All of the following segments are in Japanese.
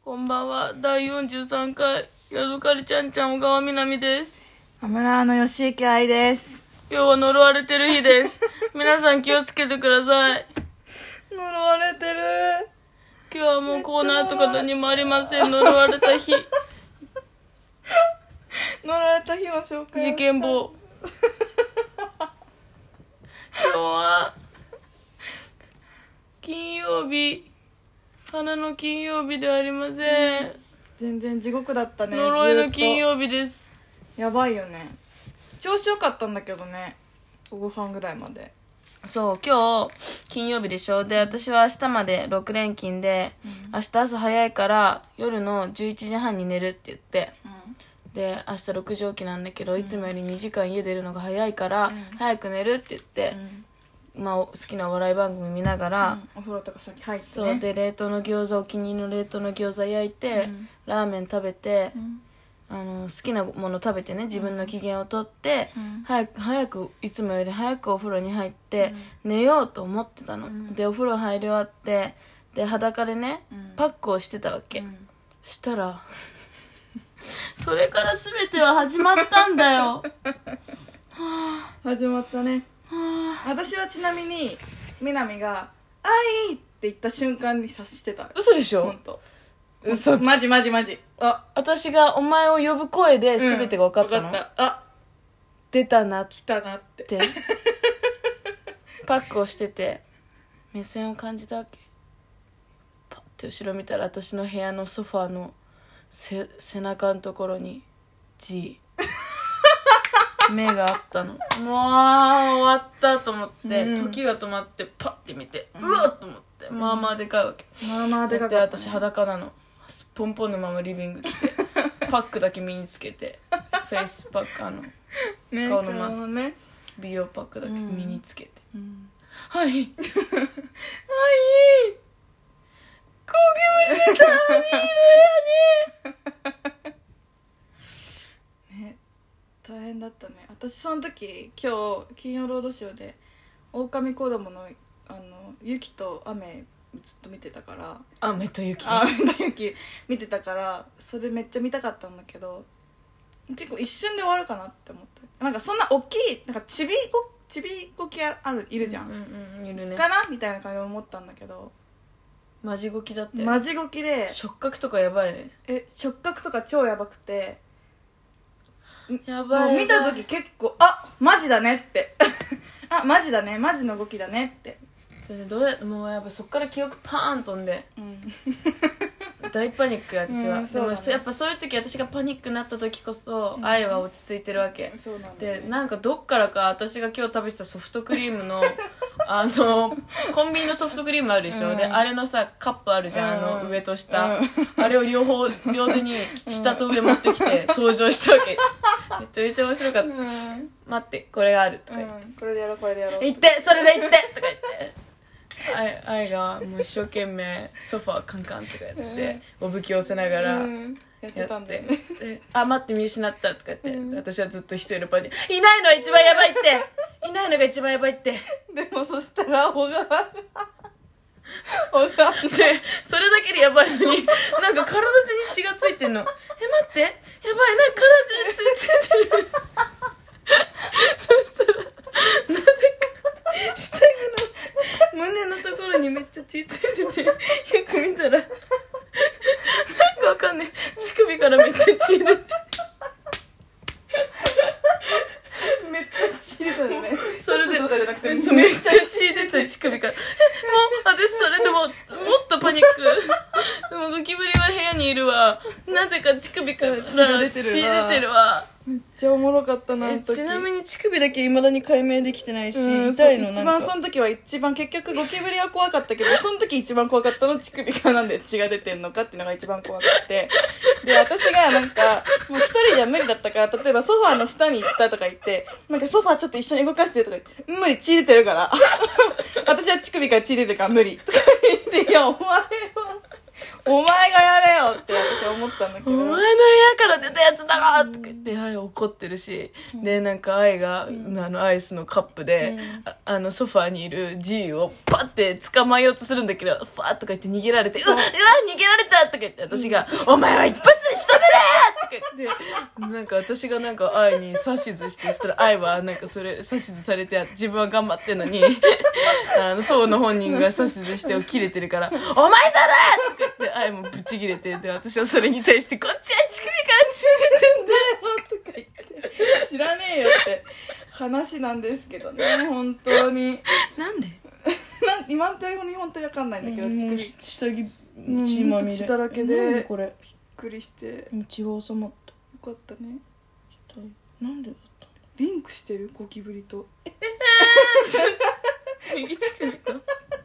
こんばんは。第43回ヤドカリちゃんちゃん小川みなみです。 アムラーの吉池愛です。 今日は呪われてる日です。皆さん気をつけてください。 呪われてる。 今日はもうコーナーとか何もありません。呪われた日。 呪われた日の紹介。 事件簿。今日は金曜日。花の金曜日ではありません。 全然地獄だったね。 呪いの金曜日です。 やばいよね。調子良かったんだけどね、午後半ぐらいまで。 そう、今日金曜日でしょ。で、私は明日まで6連勤で、明日朝早いから夜の11時半に寝るって言って、で明日6時起きなんだけど、いつもより2時間家出るのが早いから、早く寝るって言って、まあ、好きなお笑い番組見ながら、 お風呂とか先入ってね。 そうで冷凍の餃子、お気に入りの冷凍の餃子焼いて、ラーメン食べて、好きなもの食べてね、自分の機嫌をとって、早くいつもより早くお風呂に入って、寝ようと思ってたの、でお風呂入り終わって、で裸でね、パックをしてたわけ、したらそれから全ては始まったんだよ。 始まったね。私はちなみに南が「愛!」って言った瞬間に察してた。 嘘でしょ。 ほんと嘘。 マジ。 私がお前を呼ぶ声で全てが分かったの、 分かった。あ、 出たなっ来たなっててパックをしてて目線を感じたわけ。パッて後ろ見たら、私の部屋のソファーの背中のところに G 目があったの。もう終わったと思って、時が止まってパッて見て、うわっと思って、まあまあでかいわけ。 まあまあでかかった、ね、 で私裸なの。ポンポンのままリビング来てパックだけ身につけて、フェイスパックね、 顔のマスク、 ね、 美容パックだけ身につけて、はいはい焦げ目出た。見るね、大変だったね。私その時、今日金曜ロードショーで狼子供の雪と雨ずっと見てたから、 雨と雪見てたから、それめっちゃ見たかったんだけど、結構一瞬で終わるかなって思った。なんかそんな大きいなんかちびごきいるじゃん、 いるねかなみたいな感じで思ったんだけど、 マジゴキだって。 マジゴキで触覚とかやばいね。 触覚とか超やばくて、 やばい。 もう見た時結構マジだねってマジだね、マジの動きだねって。 それでどうやって、もうやっぱそっから記憶パーン飛んで、大パニックや私は、でもやっぱそういう時、私がパニックになった時こそ、愛は落ち着いてるわけ。 そうなんだよね。 でなんかどっからか私が今日食べてたソフトクリームのコンビニのソフトクリームあるでしょ、であれのさカップあるじゃん、上と下、あれを両手に下と上持ってきて登場したわけ。めちゃめちゃ面白かった、待ってこれがあるとか言って、 これでやろう言ってそれで言ってとか言って愛がもう一生懸命ソファーカンカンとかやって、おぶき寄せながらやってたんだよね。 待って見失ったとか言って、私はずっと一人のパニいないのが一番やばいっていないのが一番やばいって。 でもそしたら小川でそれだけでやばいのに、なんか体中に血がついてんの。待ってやばい、なんか体中に血ついてるそしたらなぜか下着の胸のところにめっちゃ血ついてて、よく見たらなんかわかんない、乳首からめっちゃ血出てめっちゃ血出たよね。 それでとかじゃなくてめっちゃ血出て乳首からもう私それでもっとパニック。でもゴキブリは部屋にいるわ、なぜか乳首から血出てるわ。 めっちゃおもろかったな。 ちなみに乳首だけ未だに解明できてないし、痛いの。 一番その時は結局ゴキブリは怖かったけど、その時一番怖かったの乳首からなんで血が出てんのかっていうのが一番怖くて、で私がなんかもう一人じゃ無理だったから、例えばソファーの下に行ったとか言って、なんかソファーちょっと一緒に動かしてとか言って、無理、血出てるから私は乳首から血出てるから無理とか言って、いやお前がやれよって私は思ったんだけど、 お前の部屋から出たやつだろとか言って愛怒ってるし、でなんか愛が、アイスのカップで、ソファーにいる G をパッて捕まえようとするんだけど、ファーとか言って逃げられて、うわ逃げられたとかか言って私が「お前は一発で仕留めれ!」とか言ってなんか私がなんか愛に指図してしたら愛はなんかそれ指図されて自分は頑張ってんのに当の本人が指図して切れてるから「お前だろ!」とか言って愛もブチ切れてで私はそれに対して「こっちは乳首から血出てんだよ!」 とか言って知らねえよって話なんですけどね本当になんで今のところ本当に分かんないんだけど乳首下着血まみれ血だらけでこれびっくりして血が収まったよかったねなんでだったのリンクしてるゴキブリと右乳首と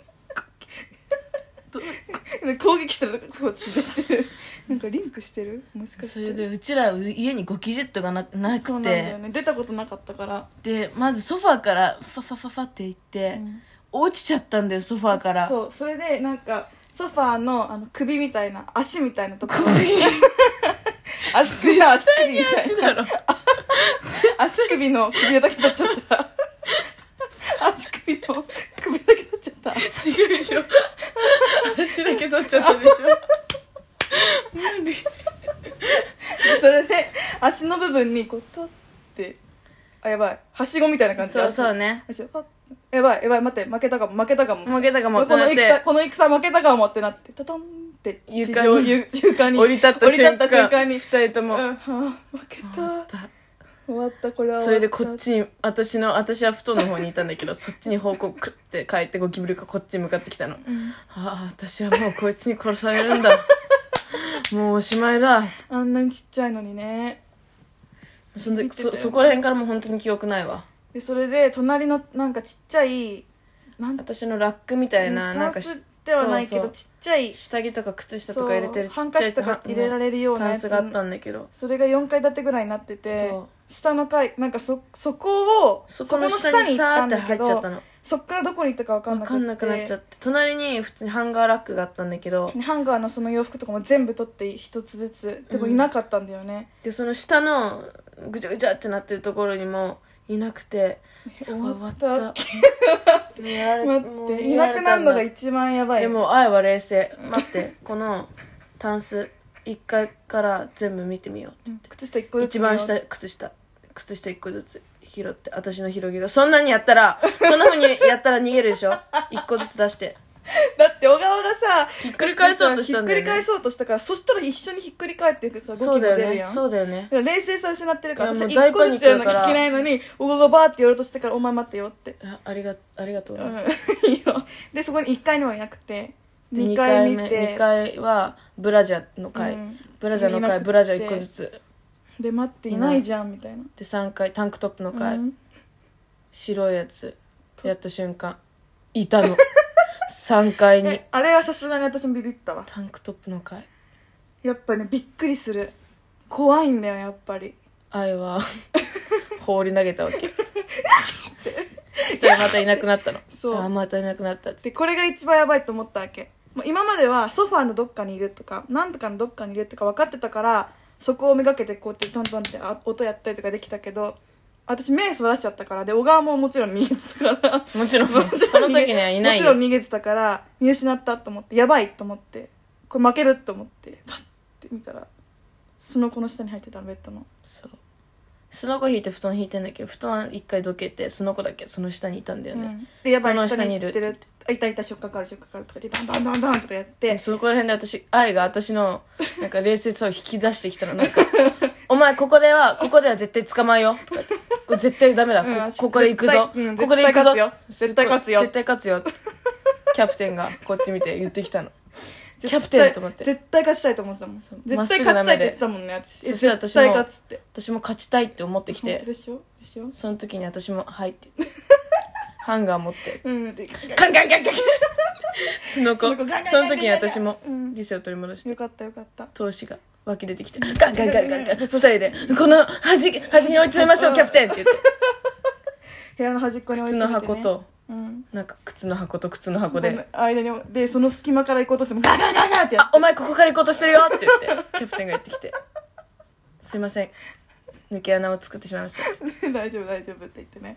攻撃したらこう血出てるなんかリンクしてるもしかしてそれでうちら家にゴキジェットがなそうなくんだよてね出たことなかったからでまずソファーからファファファファって行って、落ちちゃったんだよソファーからそうそれでなんかソファーの首みたいな足みたいなところ足首みたいな足首の首だけ取っちゃった足首の首だけ取っちゃった違うでしょ足だけ取っちゃったでしょ何それで足の部分にこう取ってやばいはしごみたいな感じでそうねやばい待って負けたかもってなってこの戦負けたかもってなってトトンって床に降り立った瞬間に 2人とも、 負けた終わったこれは終わったそれでこっちに私は布団の方にいたんだけどそっちに方向クッて変えてゴキブリがこっちに向かってきたの、私はもうこいつに殺されるんだもうおしまいだあんなにちっちゃいのにねそこら辺からもう本当に記憶ないわでそれで隣のなんかちっちゃい私のラックみたいななんかタンスではないけどちっちゃい下着とか靴下とか入れてるちっちゃいハンカチとか入れられるようなやつタンスがあったんだけどそれが4階建てぐらいになってて下の階なんかそこの下に行ったんだけどそっからどこに行ったか分かんなくなっちゃって隣に普通にハンガーラックがあったんだけどハンガーのその洋服とかも全部取って一つずつでもいなかったんだよね、 でその下のぐちゃぐちゃってなってるところにもいなくて終わった待っていなくなるのが一番やばいでも愛は冷静待ってこのタンス1階から全部見てみようって靴下1個ずつ一番下靴下1個ずつ拾って私の広げがそんなにやったらそんな風にやったら逃げるでしょ1個ずつ出してだって小川がさひっくり返そうとしたんだよねひっくり返そうとしたからそしたら一緒にひっくり返っていくさ動きも出るやんそうだよね冷静さ失ってるから私は 1個ずつやらなきゃいけないのに小川がバーってやろうとしてからお前待ってよってありがとう、 いいよでそこに1階にはいなくて2 階はブラジャーの階、ブラジャー1個ずつで待っていないじゃんみたいなで3階タンクトップの階、白いやつやった瞬間いたの3階にあれはさすがに私もビビったわタンクトップの階やっぱねびっくりする怖いんだよやっぱり愛は放り投げたわけそしたらまたいなくなったのそうまたいなくなったっつってでこれが一番やばいと思ったわけもう今まではソファーのどっかにいるとかなんとかのどっかにいるとか分かってたからそこをめがけてこうやってトントンって音やったりとかできたけど私目そらしちゃったからで小川ももちろん逃げてたからもちろんその時にはいないよもちろん逃げてたから見失ったと思ってやばいと思ってこれ負けると思ってパッて見たらその子の下に入ってたベッドのそうすのこ引いて布団引いてんだけど布団一回どけてすのこだけその下にいたんだよね、 でやばいこの下にいる下にいたショッカーからショッカーからとかでダンダンダンダンとかやってそこら辺で愛が私のなんか冷静さを引き出してきたのなんかお前ここでは絶対捕まえよとかってこれ絶対ダメだ、ここで行くぞ、ここで行くぞ絶対勝つよ絶対勝つよキャプテンがこっち見て言ってきたのキャプテンと思って絶対勝ちたいと思ってたもん絶対勝ちたいって言ってたもんねそして絶対勝つって私も勝ちたいって思ってきてでしょその時に私もはいってハンガー持ってでカンカンカンカンその時に私も理性を取り戻してよかった闘志が湧き出てきてガンガンガンガンガン2人でこの端に追い詰めましょうキャプテンって言って部屋の端っこに追い詰めて、ね、 靴の箱となんか靴の箱と靴の箱で間にでその隙間から行こうとしてもガンガンガンガンってやってお前ここから行こうとしてるよって言ってキャプテンが言ってきてすいません抜け穴を作ってしまいました大丈夫って言ってね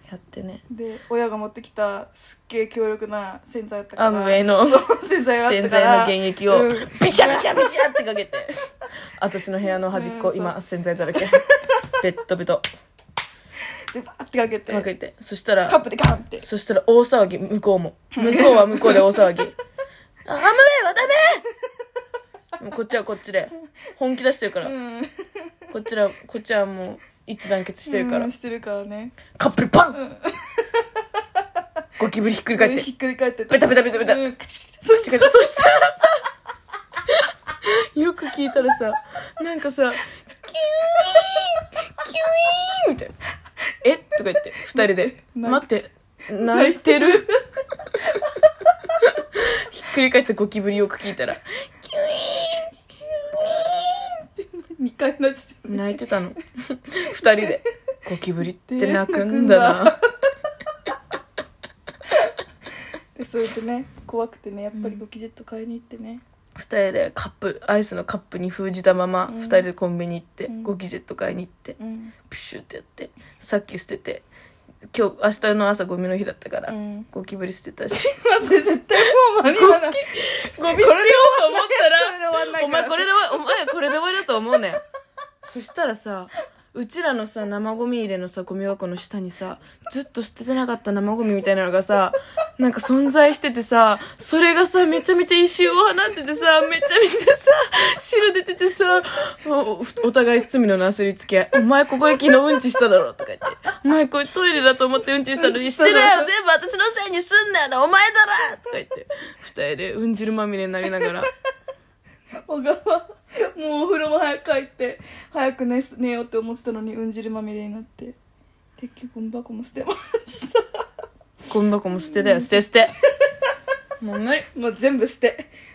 やってね。 で親が持ってきたすっげえ強力な洗剤だったから、 アムウェイの洗剤があった洗剤からの原液をビシャビシャビシャってかけて、私の部屋の端っこ、今洗剤だらけ、ベッドベトでバーってかけてそしたらカップでガンって、 そしたら大騒ぎ、向こうは向こうで大騒ぎアムウェイはダメ、もうこっちはこっちで本気出してるから、こっちはもう一致団結してるから、 してるからね、 カップルパン、ゴキブリひっくり返ってひっくり返ってベタベタベタベタ、そしたらさよく聞いたらさ、なんかさキュイーンキュイーンみたいな、えとか言って二人で待って泣いてるひっくり返ったゴキブリよく聞いたらキュイーン 2回泣いてる、 泣いてたの二人で、ゴキブリって泣くんだなでそれでね怖くてね、やっぱりゴキジェット買いに行ってね、 二人でアイスのカップに封じたまま二人でコンビニ行って、ゴキジェット買いに行って、プシュってやって、さっき捨てて、明日の朝ゴミの日だったから、ゴキブリ捨てたし、 待って絶対もう間に合わない、 ゴミ捨てようと思ったらお前これで終わりだと思うねん。そしたらさ、うちらのさ生ゴミ入れのさゴミ箱の下にさ、ずっと捨ててなかった生ゴミみたいなのがさ、なんか存在しててさ、それがさめちゃめちゃ異臭を放っててさ、めちゃめちゃさ汁出ててさ、お互い罪のなすりつけ合い、お前ここで昨日うんちしただろとか言って、お前これトイレだと思ってうんちしたのにしてないよ、全部私のせいにすんなよお前だろとか言って、二人でうん汁まみれになりながら、 小川もうお風呂も早く帰って早く寝ようって思ってたのにうん汁まみれになって、結局ゴミ箱も捨てましたゴミ箱も捨てだよ、捨てもう無理、 もう全部捨て